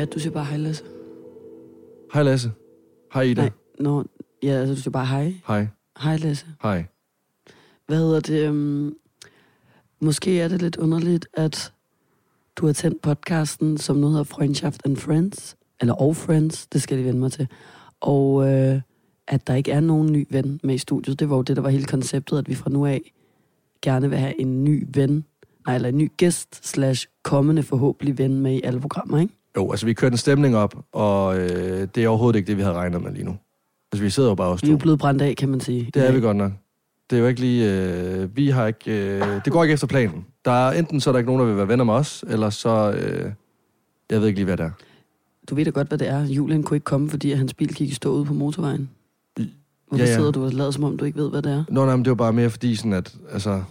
Ja, du siger bare hej, Lasse. Hej Lasse. Hej Ida. Nej, altså du siger bare hej. Hej. Hej, Lasse. Hej. Hvad hedder det? Måske er det lidt underligt, at du har tændt podcasten, som nu hedder Freundschaft and Friends. Eller og Friends, det skal jeg lige vende mig til. Og at der ikke er nogen ny ven med i studiet. Det var jo det, der var hele konceptet, at vi fra nu af gerne vil have en ny ven. Nej, eller en ny gæst / kommende forhåbentlig ven med i alle programmer, ikke? Jo, altså vi kørte en stemning op, og det er overhovedet ikke det, vi havde regnet med lige nu. Altså vi sidder jo bare og Vi er jo blevet brændt af, kan man sige. Det er vi godt nok. Det er jo ikke lige... vi har ikke... det går ikke efter planen. Der er enten så er der ikke nogen, der vil være venner med os, eller så... jeg ved ikke lige, hvad det er. Du ved da godt, hvad det er. Julian kunne ikke komme, fordi hans bil gik i stå ude på motorvejen. Hvorfor sidder du og lader, som om du ikke ved, hvad det er? Nej, men det var bare mere fordi sådan, at... Altså,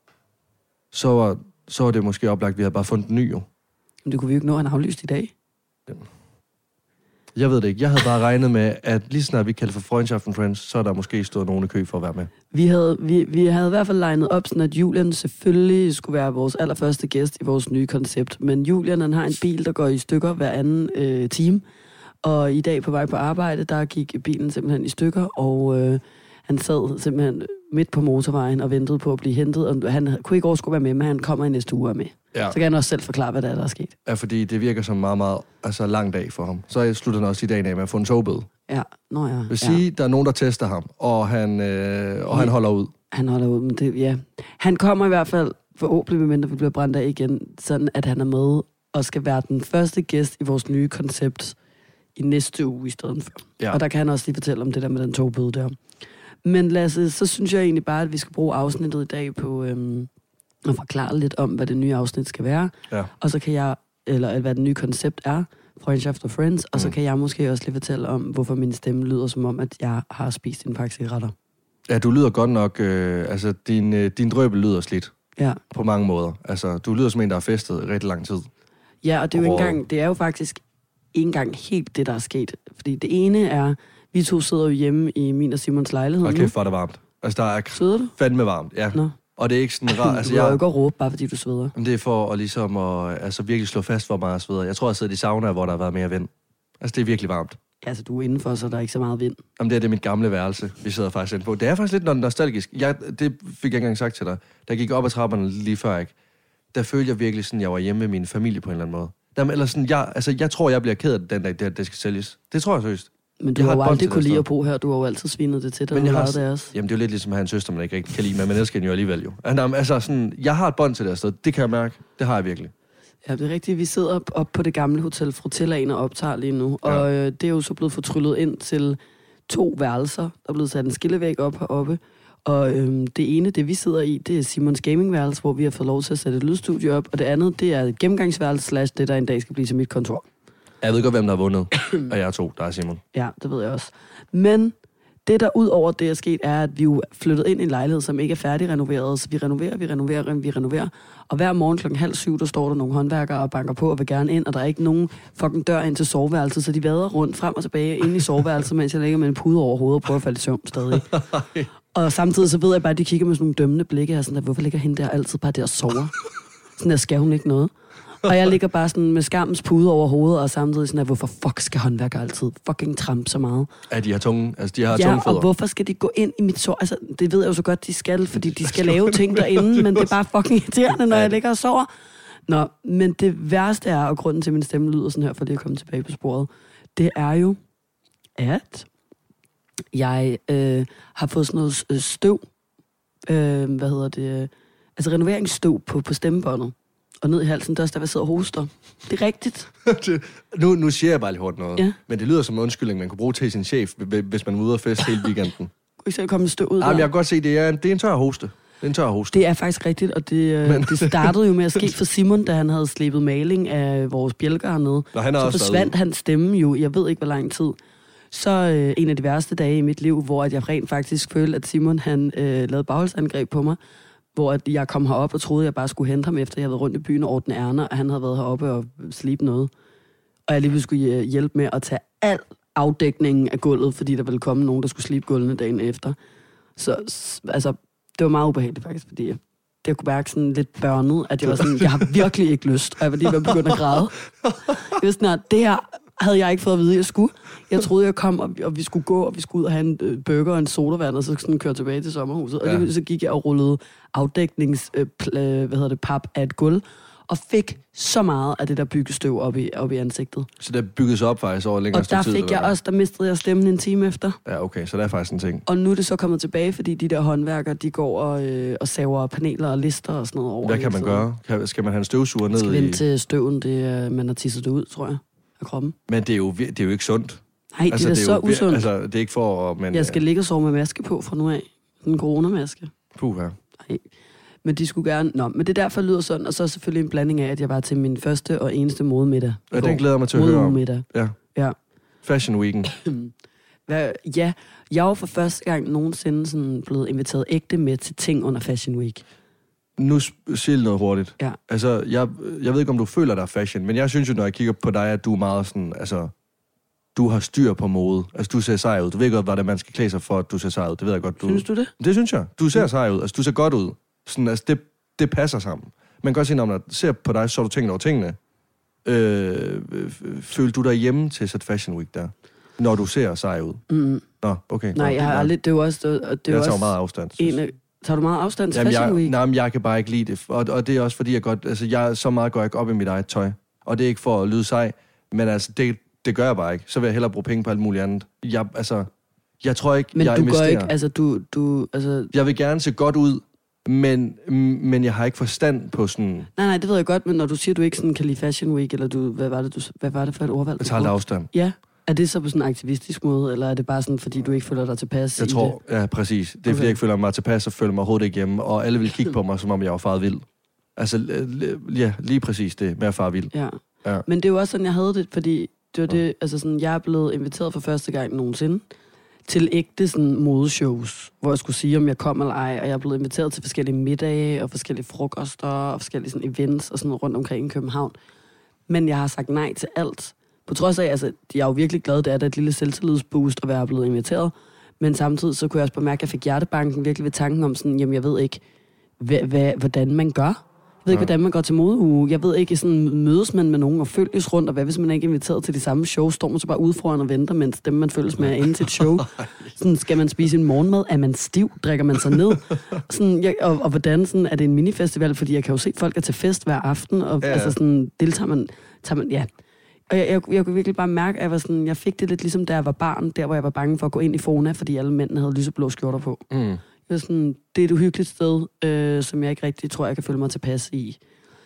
så var det måske oplagt, at vi havde bare fundet en ny, jo. Men det kunne vi jo ikke nå, han aflyst i dag. Jeg ved det ikke. Jeg havde bare regnet med, at lige snart vi kaldte for Freundschaft and Friends, så er der måske stået nogen i kø for at være med. Vi havde i hvert fald legnet op, sådan at Julian selvfølgelig skulle være vores allerførste gæst i vores nye koncept. Men Julian, han har en bil, der går i stykker hver anden time. Og i dag på vej på arbejde, der gik bilen simpelthen i stykker, og han sad simpelthen midt på motorvejen og ventede på at blive hentet. Og han kunne ikke overskue være med, men han kommer i næste uge med. Ja. Så kan han også selv forklare, hvad der er sket. Ja, fordi det virker som meget, meget lang dag for ham. Så slutter han også i dagen af med at få en togbøde. Ja, nå ja. Det vil sige, der er nogen, der tester ham, og han holder ud. Han holder ud, men det, ja. Han kommer i hvert fald, forhåbentlig medmindre vi bliver brændt af igen, sådan at han er med og skal være den første gæst i vores nye koncept i næste uge i stedet for. Ja. Og der kan han også lige fortælle om det der med den togbøde der. Men Lasse, så synes jeg egentlig bare, at vi skal bruge afsnittet i dag på at forklare lidt om, hvad det nye afsnit skal være. Ja. Og så kan jeg, eller hvad det nye koncept er, Freundschaft og Friends, og så kan jeg måske også lige fortælle om, hvorfor min stemme lyder som om, at jeg har spist en pakke cigaretter. Ja, du lyder godt nok, altså din drøbel lyder slidt. Ja. På mange måder. Altså, du lyder som en, der har festet i rigtig lang tid. Ja, og det er jo faktisk ikke engang helt det, der er sket. Fordi det ene er, vi to sidder jo hjemme i min og Simons lejlighed. Okay, for det varmt. Altså, der er fandme varmt, ja. Nå. Og det er ikke sådan rart. Altså, du kan jo ikke råbe, bare fordi du sveder. Det er for at ligesom virkelig slå fast, hvor meget jeg sveder. Jeg tror, jeg sidder i sauna, hvor der har været mere vind. Altså, det er virkelig varmt. Ja, altså, du er indenfor, så der er ikke så meget vind. Jamen, det er mit gamle værelse, vi sidder faktisk inde på. Det er faktisk lidt nostalgisk. Det fik jeg ikke engang sagt til dig. Da gik op ad trapperne lige før, ikke? Der følte jeg virkelig sådan, jeg var hjemme med min familie på en eller anden måde. Eller sådan, jeg tror, jeg bliver ked af den dag, det skal sælges. Det tror jeg seriøst. Men du har jo aldrig kunne lide at bo her. Du har jo altid svinet det til dig. Men jamen, det er jo lidt ligesom at have en søster, man ikke rigtig kan lide, men man elsker den jo alligevel jo. Altså sådan, jeg har et bånd til det sted. Det kan jeg mærke. Det har jeg virkelig. Ja, det er rigtigt. Vi sidder op på det gamle hotel Frutillaen og optager lige nu. Ja. Og det er jo så blevet fortryllet ind til 2 værelser. Der er blevet sat en skillevæg op heroppe. Og det ene, det vi sidder i, det er Simons gamingværelse, hvor vi har fået lov til at sætte et lydstudie op. Og det andet, det er et gennemgangsværelse / det, der en dag skal blive til mit kontor. Jeg ved godt, hvem der har vundet. Og jeg er 2, der er Simon. Ja, det ved jeg også. Men det, der ud over det er sket, er, at vi jo flyttet ind i en lejlighed, som ikke er færdigrenoveret. Så vi renoverer. Og hver morgen 6:30, der står der nogle håndværkere og banker på og vil gerne ind. Og der er ikke nogen fucking dør ind til soveværelset, så de vader rundt frem og tilbage ind i soveværelset, mens jeg ligger med en pude over hovedet og prøver at falde i søvn stadig. Og samtidig så ved jeg bare, at de kigger med sådan nogle dømmende blikke. Og sådan, at hvorfor ligger hende der altid bare der og sover? Sådan der skal hun ikke noget. Og jeg ligger bare sådan med skammens pude over hovedet, og samtidig sådan, at hvorfor fuck skal håndværker altid fucking trampe så meget? Ja, de har tunge fødder. Ja, og hvorfor skal de gå ind i mit sår? Altså, det ved jeg jo så godt, de skal, fordi de skal lave ting derinde, men det er bare fucking irriterende, når jeg ligger og sover. Nå, men det værste er, og grunden til, at min stemme lyder sådan her, for lige at komme tilbage på sporet, det er jo, at jeg har fået sådan noget støv, altså renoveringsstøv på stemmebåndet. Og ned i halsen, der er der, jeg sidder og hoster. Det er rigtigt. nu siger jeg bare lige hårdt noget. Ja. Men det lyder som en undskyldning, man kunne bruge til sin chef, hvis man er ude og feste hele weekenden. Kunne I så komme støv ud der? Jamen, jeg kan godt se, det er en tør hoste. Det er faktisk rigtigt, og det startede jo med at ske for Simon, da han havde slebet maling af vores bjælker hernede. Så forsvandt hans stemme jo, jeg ved ikke hvor lang tid. Så en af de værste dage i mit liv, hvor jeg rent faktisk følte, at Simon han lavede bagholdsangreb på mig. Hvor jeg kom herop og troede, at jeg bare skulle hente ham, efter jeg havde været rundt i byen og ordne ærner, og han havde været heroppe og slibe noget. Og jeg lige skulle hjælpe med at tage al afdækningen af gulvet, fordi der ville komme nogen, der skulle slibe gulvene dagen efter. Så altså, det var meget ubehageligt faktisk, fordi jeg kunne mærke sådan lidt børnet, at jeg var sådan, jeg har virkelig ikke lyst, og jeg var lige ved at begynde at græde. Jeg var sådan, det her havde jeg ikke fået at vide, jeg skulle. Jeg troede, jeg kom, og vi skulle gå, og vi skulle ud og have en burger og en sodavand, og så sådan køre tilbage til sommerhuset. Og så gik jeg og rullede pap af et gulv, og fik så meget af det der byggestøv op i ansigtet. Så det byggede sig op faktisk over længere tid? Og der mistede jeg stemmen en time efter. Ja, okay, så det er faktisk en ting. Og nu er det så kommet tilbage, fordi de der håndværkere, de går og saver paneler og lister og sådan noget over. Hvad kan man gøre? Skal man have en støvsuger ned i? Man skal vente til støven, man har tisset det ud, tror jeg, af kroppen. Men det er jo ikke sundt. Nej, altså, det er så usundt. Altså, det er ikke for... Men, jeg skal ligge og sove med maske på fra nu af. En coronamaske. Puh, ja. Nej. Men de skulle gerne... Nå, men det derfor lyder sådan, og så selvfølgelig en blanding af, at jeg var til min første og eneste modemiddag. Ja, den glæder mig til at høre om. Ja. Fashion Weekend. Ja, jeg var for første gang nogensinde sådan blevet inviteret ægte med til ting under Fashion Week. Nu siger noget hurtigt. Ja. Altså, jeg ved ikke, om du føler dig fashion, men jeg synes jo, når jeg kigger på dig, at du er meget sådan... Altså, du har styr på mode. Altså, du ser sej ud. Du ved godt, hvad det man skal klæde sig for, at du ser sej ud. Det ved jeg godt, du... Synes du det? Det synes jeg. Du ser sej ud. Altså, du ser godt ud. Sådan, altså, det passer sammen. Man kan godt sige, når man ser på dig, så har du tænkt over tingene. Føler du dig hjemme til sådan Fashion Week der? Når du ser sej ud? Nå, okay. Nej, jeg har aldrig... Det er jo også... Jeg tager meget afstand. Tager du meget afstand til Fashion Week? Nej, men jeg kan bare ikke lide det. Og det er også fordi, jeg godt... Altså, så meget går jeg ikke op i mit eget tøj. Og det er ikke for at lyde sej, men altså, det gør jeg bare ikke. Så vil jeg hellere bruge penge på alt muligt andet. Jeg tror ikke, men jeg du investerer. Men du ikke... Altså... Jeg vil gerne se godt ud, men jeg har ikke forstand på sådan... Nej, det ved jeg godt, men når du siger, du ikke sådan kan lide Fashion Week, eller hvad var det for et ordvalg? Jeg tager lidt afstand. Ja. Er det så på sådan en aktivistisk måde, eller er det bare sådan, fordi du ikke føler dig tilpas? Jeg tror, ja, præcis. Det er, fordi jeg ikke føler mig tilpas, og føler mig overhovedet ikke hjemme, og alle vil kigge på mig, som om jeg var faret vild. Altså, ja, lige præcis det med at fare vild. Ja. Men det er jo også sådan, jeg havde det, fordi det var det, altså sådan, jeg er blevet inviteret for første gang nogensinde til ægte sådan modeshows, hvor jeg skulle sige, om jeg kom eller ej, og jeg er blevet inviteret til forskellige middage, og forskellige frokoster, og forskellige sådan events, og sådan rundt omkring i København. Men jeg har sagt nej til alt. På trods af, altså, jeg er jo virkelig glad, det er et lille selvtillidsboost at være blevet inviteret, men samtidig så kunne jeg også bare mærke, at jeg fik hjertebanken virkelig ved tanken om sådan, jamen jeg ved ikke, hvordan man gør. Jeg ved ikke, hvordan man går til modeuge. Jeg ved ikke, sådan mødes man med nogen og følges rundt, og hvad hvis man ikke er inviteret til de samme shows, står man så bare ude foran og venter, mens dem, man følges med, er inde til et show. Sådan, skal man spise en morgenmad? Er man stiv? Drikker man sig ned? Sådan, og hvordan sådan, er det en minifestival? Fordi jeg kan jo se, folk er til fest hver aften, og altså sådan, tager man, ja. Og jeg kunne virkelig bare mærke, at jeg fik det lidt ligesom, da jeg var barn, der hvor jeg var bange for at gå ind i Fona, fordi alle mændene havde lyseblå skjorter på. Det er et uhyggeligt sted, som jeg ikke rigtig tror, jeg kan føle mig tilpas i.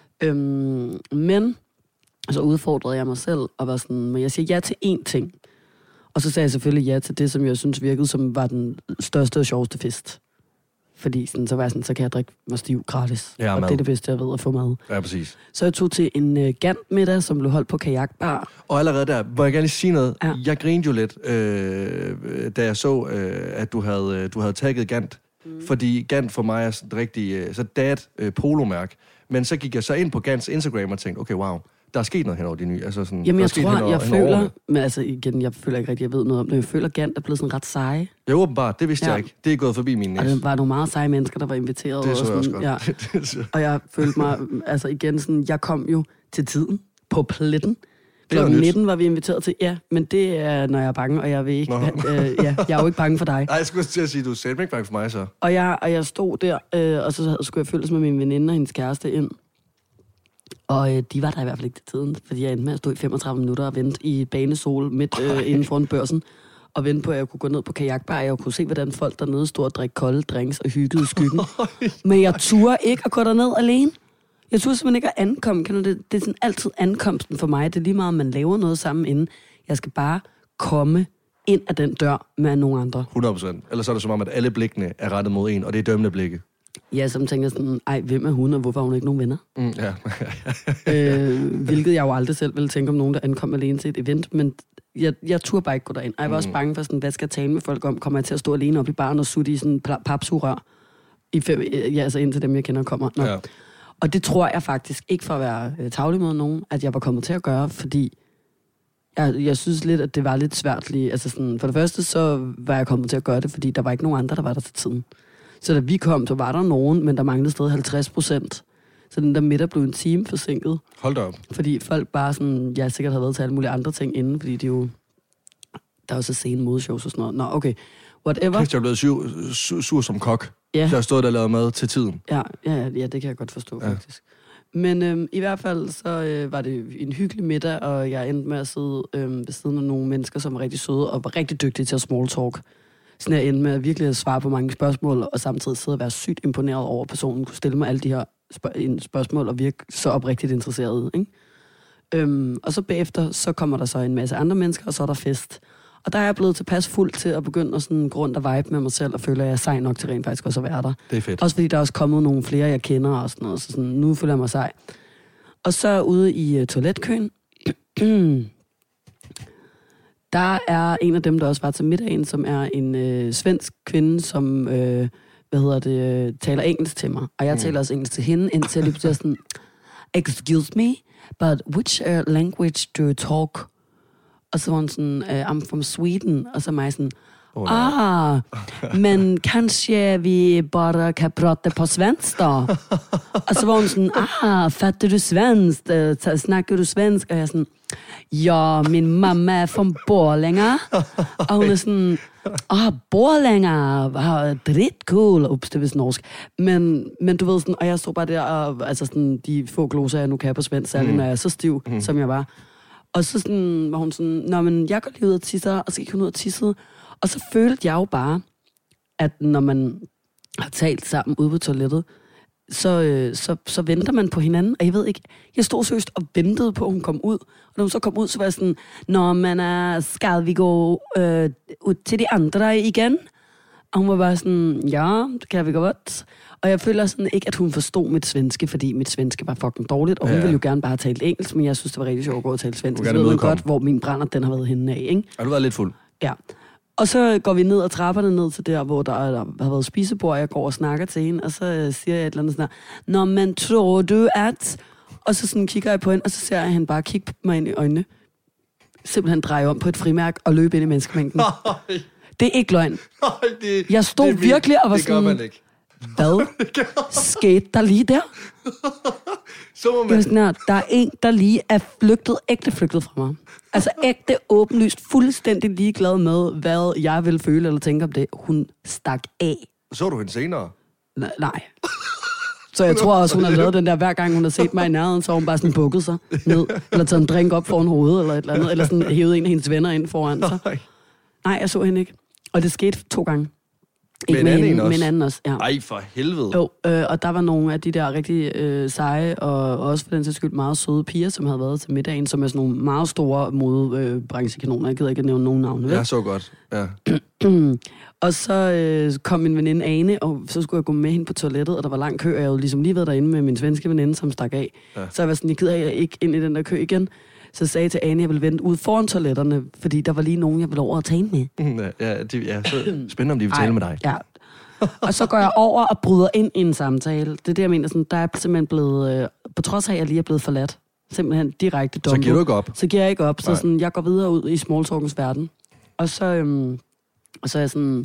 Men så udfordrede jeg mig selv, og var sådan, men jeg siger ja til én ting. Og så sagde jeg selvfølgelig ja til det, som jeg synes virkede, som var den største og sjoveste fest. Fordi sådan, så var jeg sådan, så kan jeg drikke mig stiv gratis. Ja, og det er det bedste, jeg ved at få mad. Ja, præcis. Så jeg tog til en Gant-middag, som blev holdt på kajakbar. Og allerede der, må jeg gerne lige sige noget. Ja. Jeg grinede jo lidt, da jeg så, at du havde tagget Gant. Fordi Gant for mig er sådan et rigtig polomærke. Men så gik jeg så ind på Gants Instagram og tænkte, okay, wow, der er sket noget henover de nye. Altså sådan, jamen, jeg tror, jeg føler... Men altså, igen, jeg føler ikke rigtig, jeg ved noget om det. Jeg føler, at Gant er blevet sådan ret seje. Ja, åbenbart. Det vidste jeg ikke. Det er gået forbi min næse. Og det var nogle meget seje mennesker, der var inviteret. Det så jeg også godt. Ja. Og jeg følte mig... Altså igen, sådan, jeg kom jo til tiden på pletten. Klokken 19 var vi inviteret til. Ja, men det er, når jeg er bange, og jeg vil ikke... jeg er jo ikke bange for dig. Nej, jeg skulle til at sige, du er selv ikke bange for mig, så. Og jeg stod der, og så skulle jeg følges med min veninde og hendes kæreste ind. Og de var der i hvert fald ikke til tiden, fordi jeg endte med at stå i 35 minutter og vente i banesol midt inden foran børsen. Og vente på, at jeg kunne gå ned på kajakbar, og jeg kunne se, hvordan folk dernede stod og drikke kolde drinks og hyggede i skyggen. Men jeg turde ikke at gå derned alene. Jeg turde simpelthen ikke at ankomme. Det er sådan altid ankomsten for mig. Det er lige meget, om man laver noget sammen inden. Jeg skal bare komme ind af den dør med nogle andre. 100%. Ellers er det som om, at alle blikkene er rettet mod en, og det er dømmende blikke. Ja, som tænker sådan, ej, hvem er hun, og hvorfor har hun ikke nogen venner? Ja. Hvilket jeg jo aldrig selv ville tænke om nogen, der ankom alene til et event, men jeg turde bare ikke gå derind. Og jeg var også bange for sådan, hvad skal jeg tale med folk om? Kommer jeg til at stå alene op i baren og sutte i sådan papsugerør? Altså indtil dem, jeg kender, kommer. Ja. Og det tror jeg faktisk ikke for at være tavlig mod nogen, at jeg var kommet til at gøre, fordi jeg synes lidt, at det var lidt svært lige. Altså sådan, for det første, så var jeg kommet til at gøre det, fordi der var ikke nogen andre, der var der til tiden. Så da vi kom, så var der nogen, men der manglede stadig 50%. Så den der middag blev en time forsinket. Hold da op. Fordi folk bare sådan, jeg sikkert havde været til alle mulige andre ting inden, fordi det er jo, der er jo så sene modeshows og sådan noget. Nå, okay. Whatever. Kæft, jeg er blevet sur som kok. Ja. Jeg har stået der og lavet mad til tiden. Ja, det kan jeg godt forstå, faktisk. Men i hvert fald, så var det en hyggelig middag, og jeg endte med at sidde ved siden af nogle mennesker, som var rigtig søde og var rigtig dygtige til at small talk. Sådan jeg endte med at virkelig svare på mange spørgsmål, og samtidig sidde og være sygt imponeret over, at personen kunne stille mig alle de her spørgsmål og virke så oprigtigt interesseret, ikke? Og så bagefter, så kommer der så en masse andre mennesker, og så er der fest. Og der er jeg blevet tilpas fuld til at begynde at sådan gå rundt og vibe med mig selv, og føler, at jeg er sej nok til rent faktisk også at være der. Det er fedt. Også fordi der er også kommet nogle flere, jeg kender og sådan noget, så sådan, nu føler jeg mig sej. Og så ude i toiletkøen, der er en af dem, der også var til middagen, som er en svensk kvinde, som taler engelsk til mig. Og jeg taler også engelsk til hende, indtil jeg lige pludselig sådan, excuse me, but which language do you talk? Og så var hun sådan, I'm from Sweden. Og så mig sådan, men kanskje vi bare kan prate på svensk da? Og så var hun sådan, fatter du svensk? Snakker du svensk? Og jeg sådan, ja, min mamma er fra Borlänge. Og hun er sådan, Borlänge, dritcool. Ups, det er vist norsk. Men du ved sådan, og jeg stod bare der, og altså sådan, de få gloser, jeg nu kan på svensk, særligt når jeg er så stiv, som jeg var. Og så sådan, var hun sådan, nå, men jeg går lige ud og tisser, og så gik hun ud og tissede. Og så følte jeg jo bare, at når man har talt sammen ude på toilettet, så venter man på hinanden. Og jeg ved ikke, jeg stod seriøst og ventede på, at hun kom ud. Og når hun så kom ud, så var jeg sådan, nå, men skal vi gå ud til de andre igen? Og hun var bare sådan, ja, det kan vi godt. Og jeg føler sådan ikke, at hun forstod mit svenske, fordi mit svenske var fucking dårligt. Og hun ville jo gerne bare have talt engelsk, men jeg synes, det var rigtig sjovt at gå og tale svensk. Så ved godt, hvor min brænder, den har været henne af, ikke? Har du været lidt fuld? Ja. Og så går vi ned ad trapperne ned til der, hvor der har været spisebord, og jeg går og snakker til hende, og så siger jeg et eller andet sådan her, nå, men tror du at... Og så sådan kigger jeg på hende, og så ser jeg hende bare kigge mig ind i øjnene. Simpelthen dreje om på et frimærk og løbe ind i menneskemængden. Det er ikke løgn. Jeg stod virkelig og var sådan... Det gør man ikke. Hvad skete der lige der? Så må man... Sådan her, der er en, der lige er ægte flygtet fra mig. Altså ægte, åbenlyst, fuldstændig ligeglad med, hvad jeg vil føle eller tænke om det. Hun stak af. Så du hende senere? Nej. Så jeg tror også, hun har lavet den der, hver gang hun har set mig i nærheden, så har hun bare sådan bukket sig ned, eller taget en drink op foran hovedet, eller et eller andet, eller sådan hævet en af hendes venner ind foran sig. Nej, jeg så hende ikke. Og det skete 2 gange. Ikke med en anden også. Ja. Ej, for helvede. Jo, og der var nogle af de der rigtig seje, og også for den sags skyld meget søde piger, som havde været til middagen, som er sådan nogle meget store modebranchekanoner. Jeg gider ikke at nævne nogen navne. Ja, så godt. Ja. Og så kom min veninde Ane, og så skulle jeg gå med hende på toilettet, og der var lang kø, og jeg havde ligesom lige været derinde med min svenske veninde, som stak af. Ja. Så jeg var sådan, jeg gider ikke ind i den der kø igen. Så sagde jeg til Anne, at jeg ville vente ude foran toiletterne, fordi der var lige nogen, jeg ville over at tale med. Så spændende, om de vil tale med dig. Ja. Og så går jeg over og bryder ind i en samtale. Det er det, jeg mener. Sådan, der er simpelthen blevet, på trods af, at jeg lige er blevet forladt, simpelthen direkte dumpet. Så giver du ikke op? Så giver jeg ikke op. Så sådan, jeg går videre ud i smalltalkens verden. Og så er jeg sådan,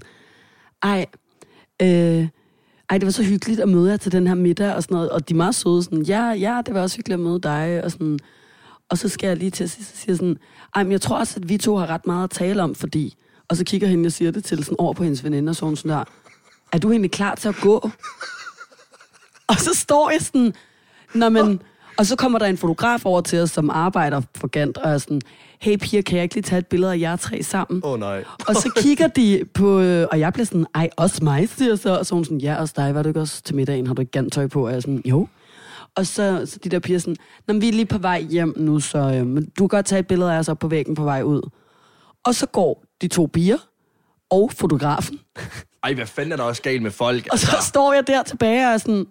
det var så hyggeligt at møde jer til den her middag og sådan noget. Og de er meget søde, sådan, ja, det var også hyggeligt at møde dig, og sådan... Og så skal jeg lige til at sige sådan, men jeg tror også, at vi to har ret meget at tale om, fordi... Og så kigger hende, jeg siger det til sådan over på hendes veninde, og så hun sådan der, er du egentlig klar til at gå? Og så står jeg sådan, og så kommer der en fotograf over til os, som arbejder for Gant, og er sådan, hey piger, kan jeg ikke lige tage et billede af jer 3 sammen? Nej. Og så kigger de på, og jeg bliver sådan, også mig, siger så. Og så hun sådan, ja, også dig, var du ikke også til middagen? Har du ikke Gant-tøj på? Og jeg er sådan, jo. Og så de der piger sådan, vi er lige på vej hjem nu, så du kan godt tage et billede af os op på væggen på vej ud. Og så går de 2 piger og fotografen. Hvad fanden er der også galt med folk? Og så står jeg der tilbage og er sådan...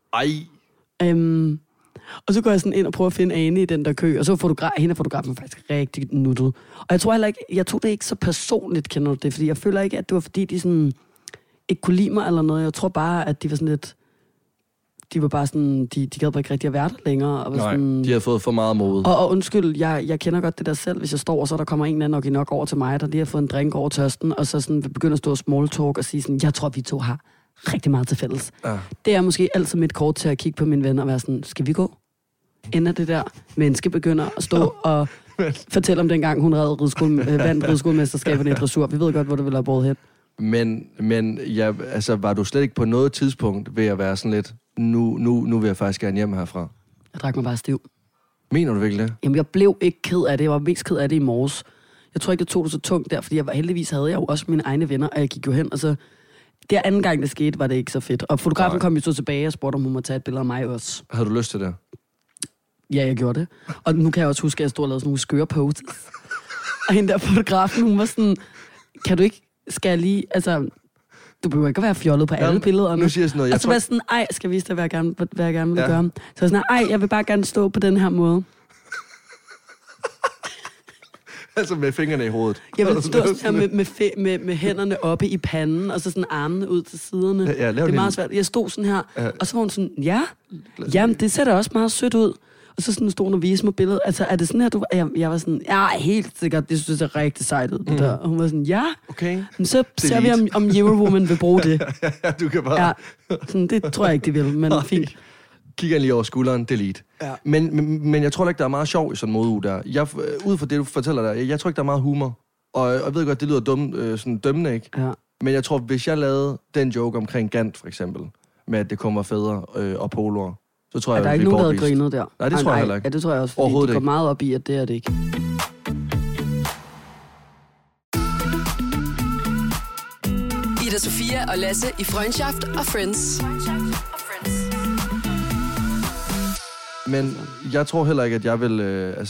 Og så går jeg sådan ind og prøver at finde Ane i den der kø, og så hende og fotografen faktisk rigtig nuttet. Og jeg tror heller ikke, jeg tog det ikke så personligt, kender du det, fordi jeg føler ikke, at det var fordi, de sådan ikke kunne lide mig eller noget. Jeg tror bare, at de var sådan lidt... De var bare sådan, de gad bare ikke rigtig at være der længere. Og var sådan, de havde fået for meget mode. Og undskyld, jeg kender godt det der selv, hvis jeg står, og så der kommer en eller anden nok over til mig, der lige har fået en drink over tørsten, og så sådan begynder at stå og small talk og sige sådan, jeg tror, vi to har rigtig meget til fælles. Ja. Det er måske altid mit kort til at kigge på mine venner og være sådan, skal vi gå? Inden det der menneske begynder at stå og fortælle om dengang, hun vandt rideskolemesterskaberne i dressur. Vi ved godt, hvor det ville have båret hen. Men ja, altså, var du slet ikke på noget tidspunkt ved at være sådan lidt, nu vil jeg faktisk gerne hjem herfra? Jeg drak mig bare stiv. Mener du virkelig det? Jamen, jeg blev ikke ked af det. Jeg var mest ked af det i morges. Jeg tror ikke, det tog det så tungt der, fordi heldigvis havde jeg jo også mine egne venner, og jeg gik jo hen, og så... Det anden gang, det skete, var det ikke så fedt. Og fotografen kom jo så tilbage og spurgte, om hun må tage et billede af mig også. Havde du lyst til det? Ja, jeg gjorde det. Og nu kan jeg også huske, at jeg stod og lavede sådan nogle skøre poses. Og hende der fotografen, hun var sådan, kan du ikke, skal jeg lige, altså, du behøver ikke at være fjollet på alle billederne. Nu siger jeg sådan noget. Og så var jeg sådan, ej, skal jeg vise dig, hvad jeg gerne vil gøre. Så jeg sådan, ej, jeg vil bare gerne stå på den her måde. Altså med fingrene i hovedet. Jeg vil stå med hænderne oppe i panden, og så sådan armene ud til siderne. Ja, det er meget svært. Jeg stod sådan her, og så var hun sådan, jamen, det ser da også meget sødt ud. Og så sådan stod hun og viste mig billedet. Altså, er det sådan her, du... Jeg var sådan, ja, helt sikkert, det synes jeg ser rigtig sejt ud, det der. Og hun var sådan, ja. Okay. Men så ser vi, om Eurowoman vil bruge det. Ja, du kan bare... Ja, sådan, det tror jeg ikke, de vil, men fint. Kigger lige over skulderen, delete. Ja. Men jeg tror ikke, der er meget sjov i sådan en modeuge der. Ud fra det, du fortæller der, jeg tror ikke, der er meget humor. Og jeg ved godt, det lyder sådan dømmende, ikke? Ja. Men jeg tror, hvis jeg lavede den joke omkring Gant, for eksempel, med at det kommer fædre og poloer, så tror jeg, der er ikke nogen, der havde grinet der. Nej, det tror jeg heller ikke. Ja, det tror jeg også, fordi det går meget op i, at det er det ikke. Ida Sofia og Lasse i Freundschaft og Friends. Men jeg tror heller ikke, at jeg vil...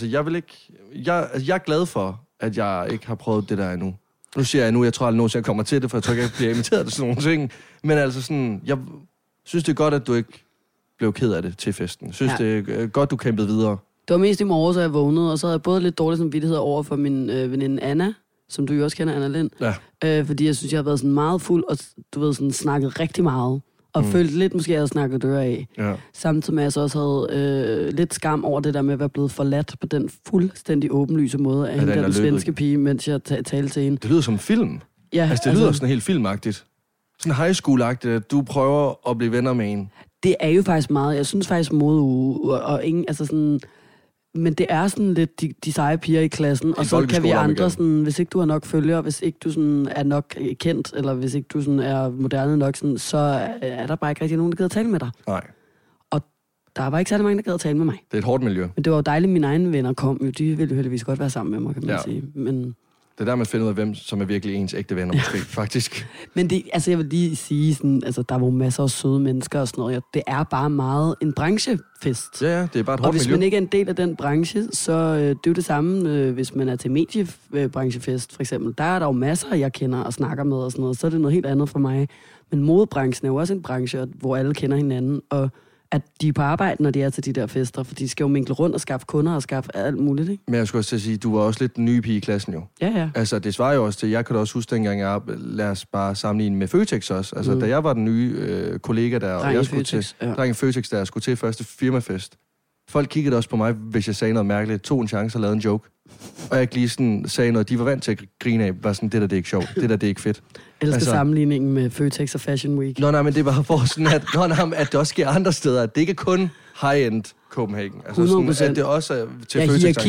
Jeg er glad for, at jeg ikke har prøvet det der endnu. Nu siger jeg endnu, jeg tror aldrig nogensinde, jeg kommer til det, for jeg tror ikke, jeg bliver inviteret til sådan nogle ting. Men altså sådan, jeg synes, det er godt, at du ikke blev ked af det til festen. Jeg synes, det er godt, du kæmpede videre. Det var mest i morges, at jeg vågnede, og så havde jeg både lidt dårlig samvittighed over for min veninde Anna, som du jo også kender, Anna Lind. Ja. Fordi jeg synes, jeg har været sådan meget fuld, og du ved, sådan snakket rigtig meget. Og følte lidt, måske jeg havde snakket døre af. Ja. Samtidig med, at jeg så også havde lidt skam over det der med at være blevet forladt på den fuldstændig åbenlyse måde af hende den svenske pige, mens jeg talte til hende. Det lyder som en film. Ja, altså, det lyder sådan helt filmagtigt. Sådan high school-agtigt, at du prøver at blive venner med en. Det er jo faktisk meget. Jeg synes faktisk modeuge og ingen, altså sådan... Men det er sådan lidt de seje piger i klassen, og så kan vi andre sådan, hvis ikke du har nok følgere, hvis ikke du sådan er nok kendt, eller hvis ikke du sådan er moderne nok, sådan, så er der bare ikke rigtig nogen, der gider tale med dig. Nej. Og der var ikke særlig mange, der gider tale med mig. Det er et hårdt miljø. Men det var jo dejligt, at mine egne venner kom jo. De ville jo heldigvis godt være sammen med mig, kan man sige. Men... Det er der, man finder ud af, hvem som er virkelig ens ægte venner, måske, faktisk. Men det, altså jeg vil lige sige, sådan, altså der var jo masser af søde mennesker og sådan noget. Det er bare meget en branchefest. Ja, det er bare et hårdt miljø. Og hvis man ikke er en del af den branche, så det er jo det samme, hvis man er til mediebranchefest, for eksempel. Der er der jo masser, jeg kender og snakker med og sådan noget. Så er det noget helt andet for mig. Men modebranchen er jo også en branche, hvor alle kender hinanden, og at de er på arbejde, når de er til de der fester, for de skal jo minkle rundt og skaffe kunder og skaffe alt muligt, ikke? Men jeg skulle også til at sige, du var også lidt den nye pige i klassen jo. Ja. Altså, det svarer jo også til, jeg kan da også huske dengang, lad os bare sammenligne med Føtex også. Altså, da jeg var den nye kollega der, og jeg skulle dreng i Føtex, der jeg skulle til første firmafest. Folk kiggede også på mig, hvis jeg sagde noget mærkeligt, tog en chance og lavede en joke. Og jeg ikke lige sådan sagde noget, de var vant til at grine af, var sådan, det der, det er ikke sjovt, det der, det er ikke fedt. Elsker sammenligningen med Føtex og Fashion Week. Nej, men det var for sådan, at det også sker andre steder, at det ikke er kun high-end Copenhagen. Altså sådan, at det også er til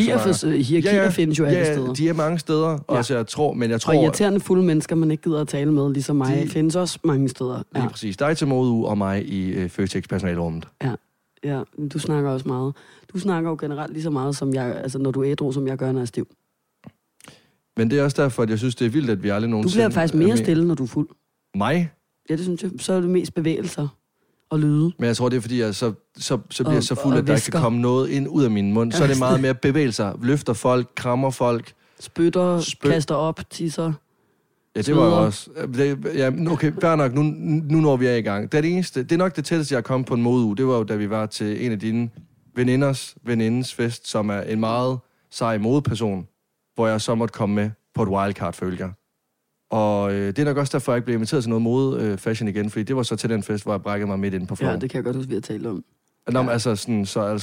hierarkier findes jo alle steder. Ja, de er mange steder, også jeg tror... Og irriterende fulde mennesker, man ikke gider at tale med, ligesom mig, findes også mange steder. Ja. Lige præcis. Dig til modeuge og mig i Føtex-personalrummet. Ja, du snakker også meget. Du snakker jo generelt lige så meget, som jeg, altså når du er ædru, som jeg gør, når jeg er stiv. Men det er også derfor, at jeg synes, det er vildt, at vi aldrig nogensinde... Du bliver faktisk mere stille, når du er fuld. Mig? Ja, det synes jeg. Så er det mest bevægelser og lyde. Men jeg tror, det er fordi, jeg så bliver jeg så fuld, at der ikke kan komme noget ind ud af min mund. Så er det meget mere bevægelser. Løfter folk, krammer folk. Spytter, kaster op, tisser. Ja, det var jo også... Okay, fair nok, nu når vi er i gang. Det er nok det tætteste, jeg kom på en modeuge. Det var jo, da vi var til en af dine venindens fest, som er en meget sej modeperson, hvor jeg så måtte komme med på et wildcard, følger jeg. Og det er nok også derfor, jeg ikke blev inviteret til noget mode-fashion igen, fordi det var så til den fest, hvor jeg brækkede mig midt inde på floor. Ja, det kan jeg godt huske, vi har talt om. Nå, men altså sådan,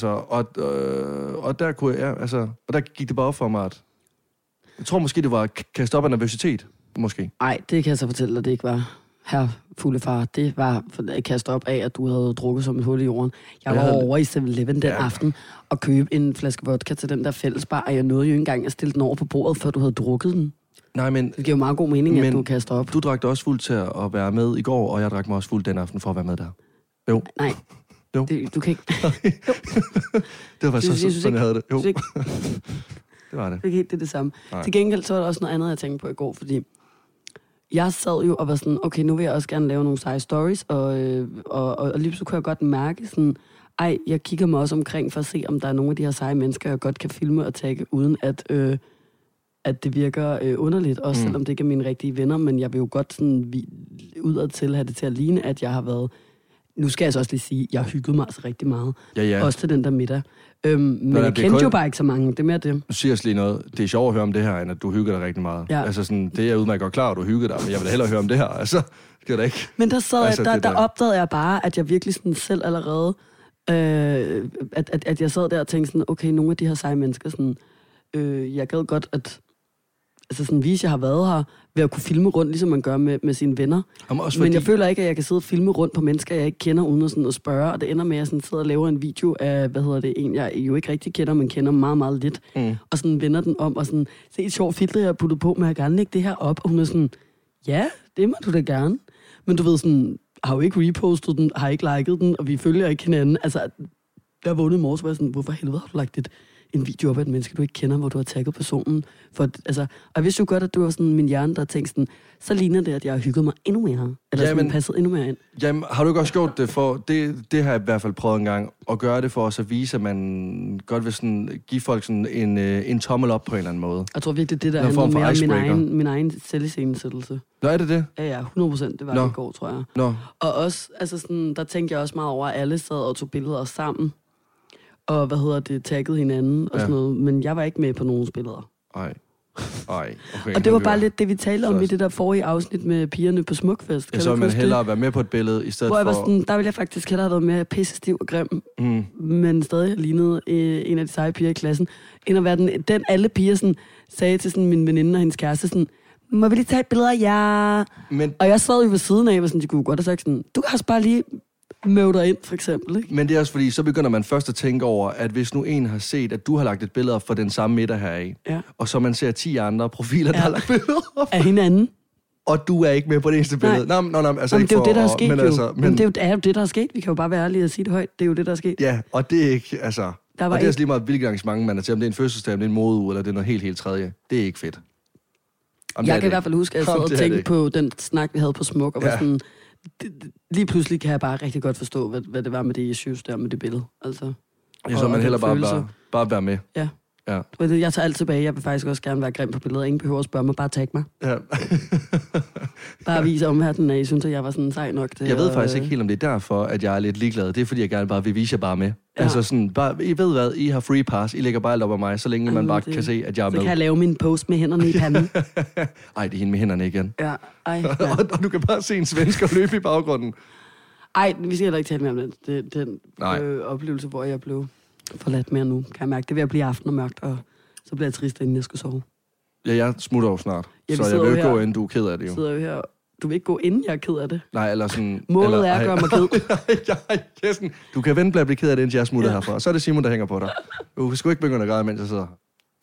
og der kunne jeg, altså, og der gik det bare op for mig, at jeg tror måske, det var kastet op af nervøsitet, måske. Nej, det kan jeg så fortælle dig, det ikke var. Herre fuglefar, det var at kaste op af, at du havde drukket som et hul i jorden. Jeg var over i 7-Eleven den aften og købe en flaske vodka til den der fællesbar, og jeg nåede jo ikke engang at stille den over på bordet, før du havde drukket den. Nej, men... Det giver jo meget god mening, at du kaster op. Du drak dig også fuld til at være med i går, og jeg drak mig også fuld den aften for at være med der. Jo. Nej, jo. Du kan ikke... Det var faktisk sådan, jeg havde det. Jo. Det var det. Det er det samme. Nej. Til gengæld så var der også noget andet, jeg tænkte på i går, fordi jeg sad jo og var sådan, okay, nu vil jeg også gerne lave nogle seje stories, og lige så kunne jeg godt mærke sådan, jeg kigger mig også omkring for at se, om der er nogle af de her seje mennesker, jeg godt kan filme og tagge, uden at det virker underligt, også selvom det ikke er mine rigtige venner, men jeg vil jo godt sådan udad til have det til at ligne, at jeg har været... Nu skal jeg så også lige sige, at jeg hyggede mig altså rigtig meget. Ja. Også til den der middag. Men jeg kendte jo bare ikke så mange. Det er mere det. Du siger os lige noget. Det er sjovt at høre om det her, end at du hygger dig rigtig meget. Ja. Altså sådan, det er jeg udmærket godt klar, at du hygger dig, men jeg vil da hellere høre om det her. Altså, det er da ikke. Men der sad altså, der opdagede jeg bare, at jeg virkelig sådan selv allerede, at jeg sad der og tænkte sådan, okay, nogle af de her seje mennesker, sådan, jeg gad godt at... Altså sådan vise, jeg har været her, ved at kunne filme rundt, ligesom man gør med sine venner. Men jeg føler ikke, at jeg kan sidde og filme rundt på mennesker, jeg ikke kender, uden at, sådan at spørge. Og det ender med, at jeg sådan sidder og laver en video af, en jeg jo ikke rigtig kender, men kender meget, meget lidt. Og sådan vender den om, og sådan, se et sjovt filter, jeg har puttet på, men jeg gerne lægge det her op. Og hun er sådan, ja, det må du da gerne. Men du ved sådan, har jo ikke repostet den, har ikke liket den, og vi følger ikke hinanden. Altså, der vågnede i morges, var jeg sådan, hvorfor helvede har du lagt en video op af et menneske, du ikke kender, hvor du har tagget personen. Og jeg vidste jo godt, at du var sådan min hjerne, der tænkte sådan, så ligner det, at jeg har hygget mig endnu mere. Eller sådan passet endnu mere ind. Jamen, har du ikke også gjort det for, det har jeg i hvert fald prøvet en gang, at gøre det for os at vise, at man godt vil sådan, give folk sådan en tommel op på en eller anden måde. Jeg tror virkelig, det der handler mere om min egen selviscenesættelse. Nå, er det det? Ja, 100%. Det var det i går, tror jeg. Nå. Og også, altså sådan, der tænkte jeg også meget over, at alle sad og tog billeder sammen. Og taggede hinanden og sådan noget. Men jeg var ikke med på nogen billeder. Okay, og det var bare lidt det, vi talte om i det der forrige afsnit med pigerne på Smukfest. Ja, så vil man hellere være med på et billede, i stedet hvor jeg var for... sådan, der ville jeg faktisk hellere have været mere pissestiv og grim. Men stadig lignede en af de seje piger i klassen. End at være den alle piger sådan, sagde til sådan, min veninde og hendes kæreste sådan, må vi lige tage et billede af jer? Og jeg sad jo ved siden af, og sådan, de kunne godt have sagt sådan, du kan også bare lige... møder ind, for eksempel, ikke? Men det er også fordi, så begynder man først at tænke over, at hvis nu en har set, at du har lagt et billede op for den samme middag heraf, og så man ser 10 andre profiler, der har lagt billeder op af hinanden, og du er ikke med på det eneste billede. Nej, altså ikke det er jo det, der er sket, men jo. Altså, men det er jo det, der er sket. Vi kan jo bare være ærlige og sige det højt. Det er jo det, der er sket. Ja, og det er ikke, altså... Og det er også lige meget, hvilket arrangement man er til. Om det er en fødselsdag, om det er en modeuge, eller det er noget helt tredje. Det er ikke fedt. Jeg kan i hvert fald huske, at jeg sad og tænkte på den snak, vi havde på Smuk, og var sådan... Lige pludselig kan jeg bare rigtig godt forstå, hvad det var med det issues der med det billede. Altså, ja, så man heller bare være med. Ja. Jeg tager alt tilbage. Jeg vil faktisk også gerne være grim på billeder. Ingen behøver at spørge mig. Bare tag mig. Ja. Bare vise omverdenen, at I synes, at jeg var sådan sej nok. Jeg ved faktisk ikke helt, om det er derfor, at jeg er lidt ligeglad. Det er, fordi jeg gerne bare vil vise jer bare med. Ja. Altså sådan, I ved hvad, I har free pass. I lægger bare alt op af mig, så længe man bare kan se, at jeg er med. Så kan jeg lave min post med hænderne i panden. Ej, det er hende med hænderne igen. Ja. Og du kan bare se en svensker løbe i baggrunden. Ej, vi skal heller ikke tale mere om den oplevelse, hvor jeg blev forladt mere nu. Kan jeg mærke, det er ved at blive aften og mørkt, og så bliver jeg trist, inden jeg skal sove. Ja, jeg smutter jo snart. Så jeg vil jo ikke gå, inden du er ked af det, jo. Sidder jo her. Du vil ikke gå, inden jeg er ked af det? Nej, eller sådan... Målet er at gøre mig ked. Du kan vente på at blive ked af det, indtil jeg smutter herfra. Så er det Simon, der hænger på dig. Du skal ikke begynde at græde, mens jeg sidder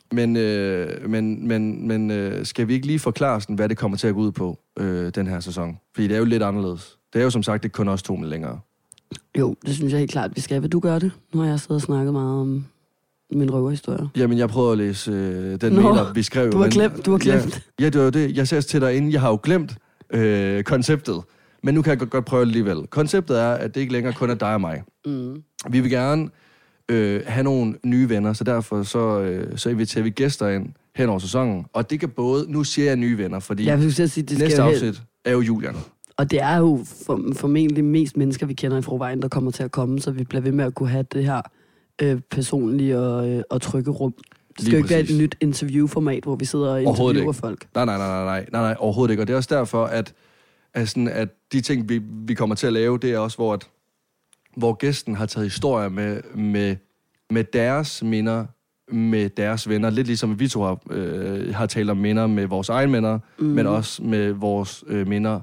her. Men skal vi ikke lige forklare sådan, hvad det kommer til at gå ud på, den her sæson? Fordi det er jo lidt anderledes. Det er jo som sagt ikke kun os 2 med længere. Jo, det synes jeg helt klart, vi skal. Vil du gøre det? Nu har jeg siddet og snakket meget om min røverhistorie. Jamen, jeg prøvede at læse den mail op, vi skrev. Du har glemt. Ja, det var det. Jeg sagde til dig inden, jeg har jo glemt konceptet. Men nu kan jeg godt prøve det alligevel. Konceptet er, at det ikke længere kun er dig og mig. Vi vil gerne have nogle nye venner, så derfor så inviterer vi gæster ind hen over sæsonen. Og det kan både... Nu siger jeg nye venner, fordi næste afsnit er jo Julian. Og det er jo formentlig mest mennesker, vi kender i forvejen, der kommer til at komme, så vi bliver ved med at kunne have det her personlige og trygge rum. Det skal jo ikke være et nyt interviewformat, hvor vi sidder og interviewer folk. Nej, overhovedet ikke. Og det er også derfor, at de ting, vi kommer til at lave, det er også, hvor gæsten har taget historier med deres minder, med deres venner. Lidt ligesom vi to har talt om minder med vores egne minder, men også med vores minder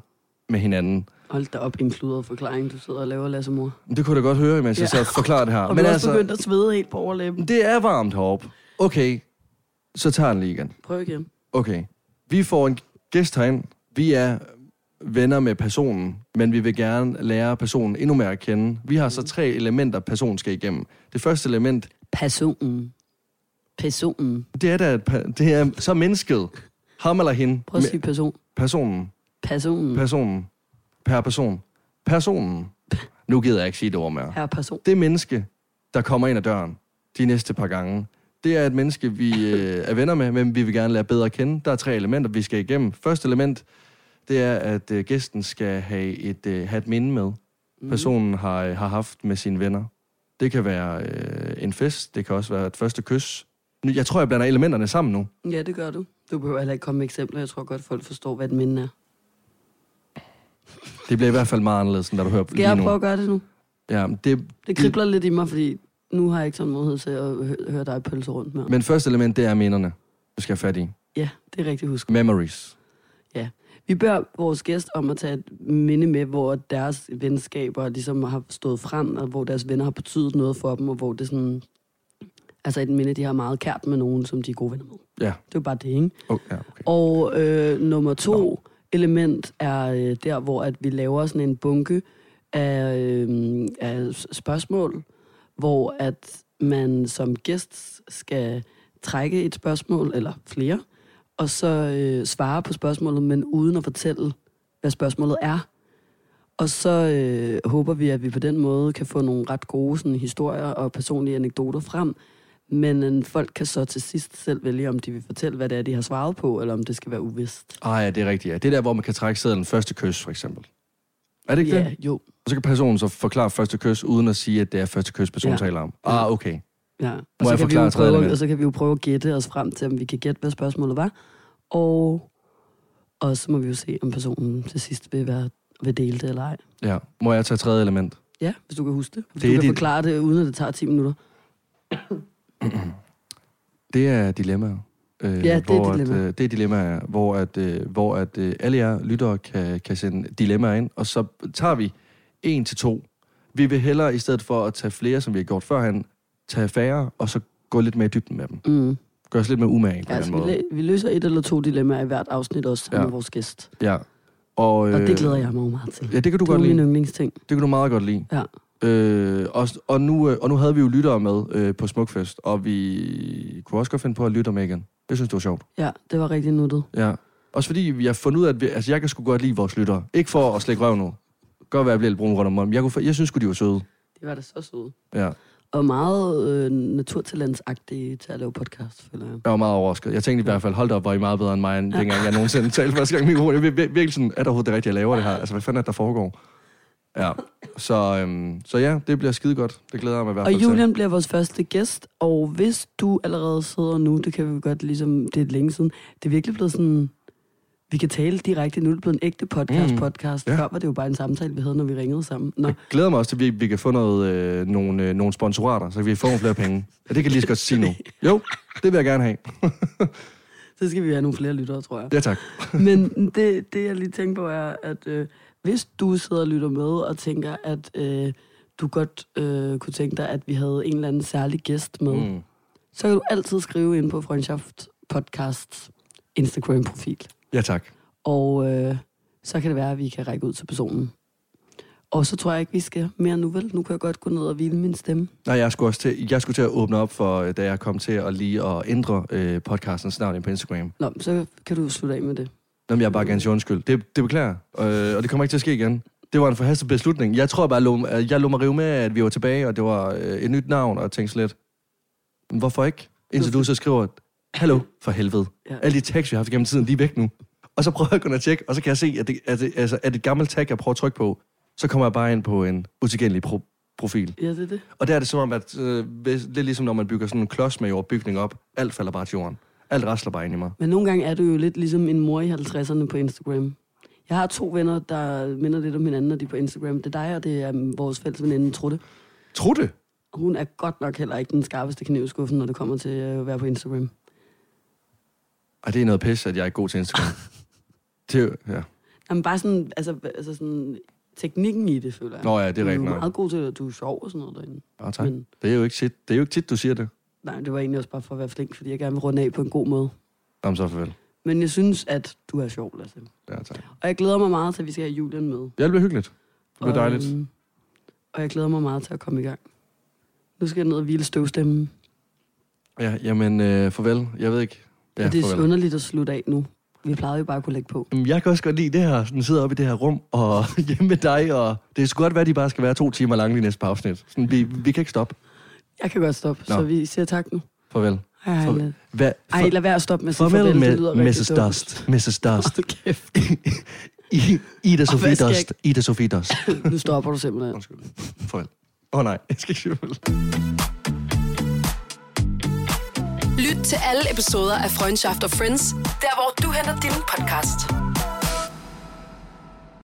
med hinanden. Hold da op, en kludret forklaring, du sidder og laver, Lasse Mor. Det kunne du godt høre, mens jeg så forklarer det her. Og du er også begyndt at svede helt på overlæben. Det er varmt heroppe. Okay, så tager den lige igen. Prøv igen. Okay, vi får en gæst herind. Vi er venner med personen, men vi vil gerne lære personen endnu mere at kende. Vi har så 3 elementer, personen skal igennem. Det første element... Personen. Det er så mennesket. Ham eller hende. Prøv at sige person. Personen. Personen. Nu gider jeg ikke sige det ord mere. Her person. Det menneske, der kommer ind ad døren de næste par gange, det er et menneske, vi er venner med, men vi vil gerne lære bedre at kende. Der er 3 elementer, vi skal igennem. Første element, det er, at gæsten skal have et minde med. Personen har haft med sine venner. Det kan være en fest, det kan også være et første kys. Jeg tror, jeg blander elementerne sammen nu. Ja, det gør du. Du behøver heller ikke komme med eksempler. Jeg tror godt, folk forstår, hvad et minde er. Det bliver i hvert fald meget anderledes, end da du hører lige nu. Skal jeg prøve at gøre det nu? Ja, det kribler lidt i mig, fordi nu har jeg ikke sådan mulighed til at høre dig pølse rundt med. Men første element, det er minderne, du skal have fat i. Ja, det er rigtig husk. Memories. Ja. Vi bør vores gæst om at tage et minde med, hvor deres venskaber ligesom har stået frem, og hvor deres venner har betydet noget for dem, og hvor det sådan... Altså et minde, de har meget kært med nogen, som de er gode venner med. Ja. Det er jo bare det, ikke? Ja, okay. Og nummer 2 element er der, hvor at vi laver sådan en bunke af spørgsmål, hvor at man som gæst skal trække et spørgsmål, eller flere, og så svare på spørgsmålet, men uden at fortælle, hvad spørgsmålet er. Og så håber vi, at vi på den måde kan få nogle ret gode sådan, historier og personlige anekdoter frem. Men folk kan så til sidst selv vælge, om de vil fortælle, hvad det er, de har svaret på, eller om det skal være uvist. Ja, det er rigtigt. Ja. Det er der, hvor man kan trække sedlen første kys, for eksempel. Er det ikke det? Ja, jo. Og så kan personen så forklare første kys, uden at sige, at det er første kys, personen taler om. Okay. Ja, og så kan vi jo prøve at gætte os frem til, om vi kan gætte, hvad spørgsmålet var. Og så må vi jo se, om personen til sidst vil dele det eller ej. Ja. Må jeg tage 3. element? Ja, hvis du kan huske det. Hvis du kan forklare det, uden at det tager 10 minutter. Det er dilemmaer. Det er dilemmaer, hvor alle jer lyttere kan sende dilemmaer ind, og så tager vi 1 til 2. Vi vil hellere, i stedet for at tage flere, som vi har gjort førhen, tage færre, og så gå lidt mere i dybden med dem. Gør os lidt mere umage på den måde. Vi løser 1 eller 2 dilemmaer i hvert afsnit også med vores gæst. Ja. Og det glæder jeg mig meget til. Ja, det kan du godt lide. Det er min yndlingsting. Det kan du meget godt lide. Ja. Og nu havde vi jo lyttere med på Smukfest, og vi kunne også godt finde på at lytte med igen. Det synes du var sjovt. Ja, det var rigtig nuttet. Ja. Også fordi vi har fundet ud af, at jeg kan sgu godt lide vores lyttere. Ikke for at slække røv nu. Godt være, at jeg bliver lidt brun rundt om mig. Jeg synes sgu, de var søde. De var da så søde. Ja. Og meget naturtalentsagtige til at lave podcast, føler jeg. Jeg var meget overrasket. Jeg tænkte i hvert fald, hold da op, var I meget bedre end mig, end dengang jeg nogensinde talte første gang i mikrofon. Jeg virkelig sådan, er der overhovedet det rigtige, jeg laver det her? Altså, hvad fanden er det, der foregår? Ja, så ja, det bliver skide godt. Det glæder jeg mig i hvert fald til. Og Julian bliver vores første gæst, og hvis du allerede sidder nu, det kan vi godt ligesom, det er længe siden, det er virkelig blevet sådan, vi kan tale direkte, nu er det blevet en ægte podcast. Ja. Før var det jo bare en samtale, vi havde, når vi ringede sammen. Jeg glæder mig også til, at vi kan få nogle sponsorater, så vi får nogle flere penge. Ja, det kan lige så godt sige nu. Jo, det vil jeg gerne have. Så skal vi have nogle flere lyttere, tror jeg. Ja, tak. Men det jeg lige tænker på er, at hvis du sidder og lytter med og tænker, at du godt kunne tænke dig, at vi havde en eller anden særlig gæst med, så kan du altid skrive ind på Freundschaft Podcasts Instagram-profil. Ja, tak. Og så kan det være, at vi kan række ud til personen. Og så tror jeg ikke, vi skal mere nu, vel? Nu kan jeg godt gå ned og hvile min stemme. Nej, jeg skulle til at åbne op for, da jeg kom til at lige at ændre podcastens navn på Instagram. Nå, så kan du slutte af med det. Jamen, jeg er bare gerne sige undskyld. Det beklager og det kommer ikke til at ske igen. Det var en forhastet beslutning. Jeg tror bare, jeg lå mig rive med, at vi var tilbage, og det var et nyt navn, og jeg tænkte slet, hvorfor ikke? Indtil du så skriver, hallo, for helvede. Ja. Alle de tags, vi har haft gennem tiden, de er væk nu. Og så prøver jeg at gå ned og tjekke, og så kan jeg se, at det gammelt tag, jeg prøver at trykke på, så kommer jeg bare ind på en utilgængelig profil. Ja, det er det. Og der er det som om, at lidt ligesom når man bygger sådan en klods med jordbygning op, alt falder bare til jorden. Alt rasler bare ind i mig. Men nogle gange er du jo lidt ligesom en mor i 50'erne på Instagram. Jeg har 2 venner, der minder lidt om hinanden, når de er på Instagram. Det er dig, og det er vores fælles veninde, Trutte. Trutte? Hun er godt nok heller ikke den skarpeste kniv i skuffen, når det kommer til at være på Instagram. Og det er noget pis, at jeg er ikke god til Instagram. Ja. Jamen bare sådan, altså sådan, teknikken i det, føler jeg. Nå ja, det er rigtigt Du er nok. meget god til, at du er sjov og sådan noget derinde. Ja, tak. Men, Det er jo ikke tit, du siger det. nej, det var egentlig også bare for at være flink, fordi jeg gerne vil runde af på en god måde. Jamen så farvel. Men jeg synes, at du er sjov, Lasse. Ja, tak. Og jeg glæder mig meget til, at vi skal have Julian med. Ja, det bliver hyggeligt. Det bliver dejligt. Og jeg glæder mig meget til at komme i gang. Nu skal jeg ned og hvile støvstemmen. Ja, jamen, farvel. Jeg ved ikke. Ja, og det er farvel. underligt at slutte af nu. Vi plejede jo bare at kunne lægge på. Jamen, jeg kan også godt lide det her. Sådan sidder oppe i det her rum og hjemme med dig. Og det skulle godt være, at de bare skal være 2 timer lange i næste afsnit. Sådan, vi kan ikke stoppe. Jeg kan godt stoppe, så vi siger tak nu. Farvel. Hej. Ej, lad være at stoppe med at sige farvel farvel. med Det lyder rigtig Mrs. dumt. Dust. Mrs. Dust. Hold kæft. Ida Sofie skal Dust. Ida Sofie Dust. Nu stopper du simpelthen. Undskyld. Farvel. Nej, jeg skal ikke sige farvel. Lyt til alle episoder af Freundschaft og Friends, der hvor du henter din podcast.